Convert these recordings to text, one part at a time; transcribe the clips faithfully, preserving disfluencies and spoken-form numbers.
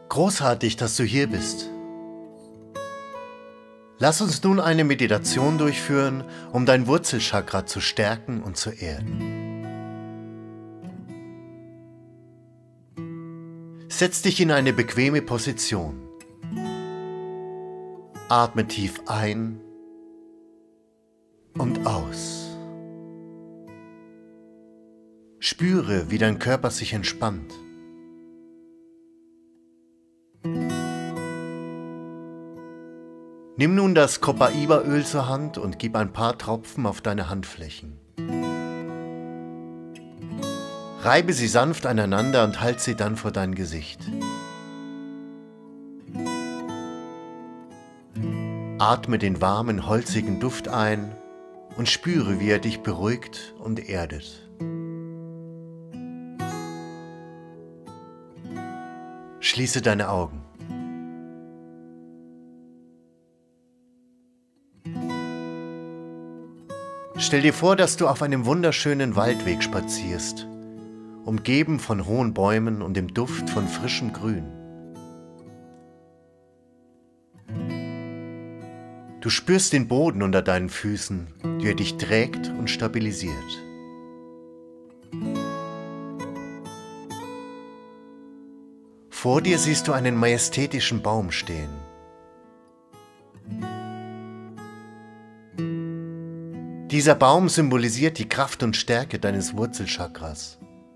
Großartig, dass du hier bist. Lass uns nun eine Meditation durchführen, um dein Wurzelchakra zu stärken und zu erden. Setz dich in eine bequeme Position. Atme tief ein und aus. Spüre, wie dein Körper sich entspannt. Nimm nun das Copaiba-Öl zur Hand und gib ein paar Tropfen auf deine Handflächen. Reibe sie sanft aneinander und halte sie dann vor dein Gesicht. Atme den warmen, holzigen Duft ein und spüre, wie er dich beruhigt und erdet. Schließe deine Augen. Stell dir vor, dass du auf einem wunderschönen Waldweg spazierst, umgeben von hohen Bäumen und dem Duft von frischem Grün. Du spürst den Boden unter deinen Füßen, der dich trägt und stabilisiert. Vor dir siehst du einen majestätischen Baum stehen. Dieser Baum symbolisiert die Kraft und Stärke deines Wurzelchakras.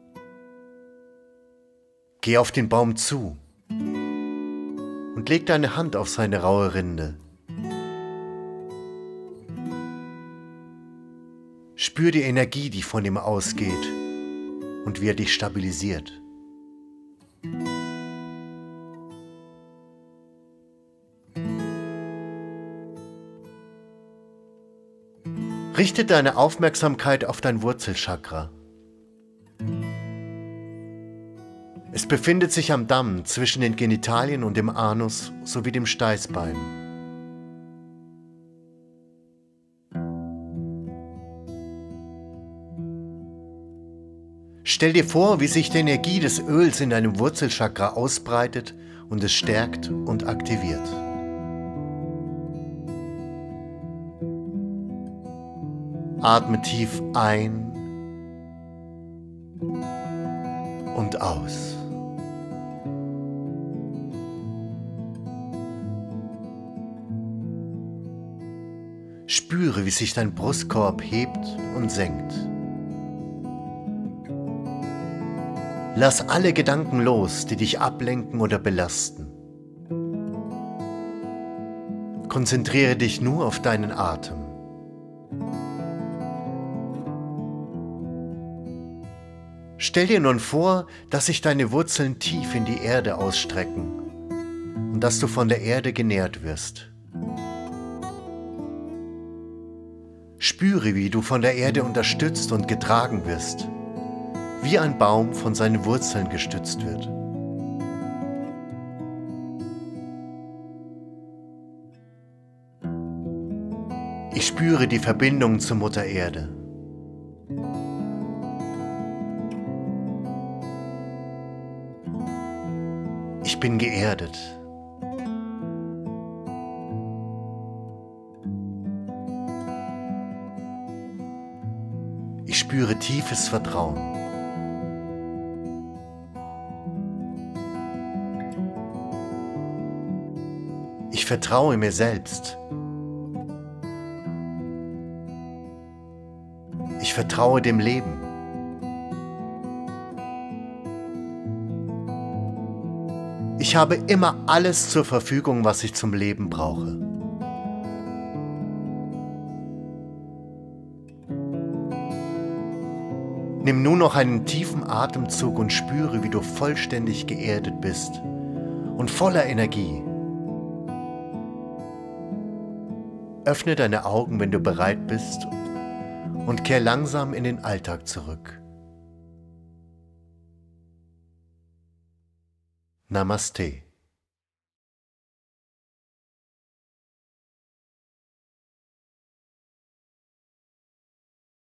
Geh auf den Baum zu und leg deine Hand auf seine raue Rinde. Spür die Energie, die von ihm ausgeht und wie er dich stabilisiert. Richte deine Aufmerksamkeit auf dein Wurzelchakra. Es befindet sich am Damm zwischen den Genitalien und dem Anus sowie dem Steißbein. Stell dir vor, wie sich die Energie des Öls in deinem Wurzelchakra ausbreitet und es stärkt und aktiviert. Atme tief ein und aus. Spüre, wie sich dein Brustkorb hebt und senkt. Lass alle Gedanken los, die dich ablenken oder belasten. Konzentriere dich nur auf deinen Atem. Stell dir nun vor, dass sich deine Wurzeln tief in die Erde ausstrecken und dass du von der Erde genährt wirst. Spüre, wie du von der Erde unterstützt und getragen wirst, wie ein Baum von seinen Wurzeln gestützt wird. Ich spüre die Verbindung zur Mutter Erde. Ich bin geerdet. Ich spüre tiefes Vertrauen. Ich vertraue mir selbst. Ich vertraue dem Leben. Ich habe immer alles zur Verfügung, was ich zum Leben brauche. Nimm nun noch einen tiefen Atemzug und spüre, wie du vollständig geerdet bist und voller Energie. Öffne deine Augen, wenn du bereit bist, und kehr langsam in den Alltag zurück. Namaste.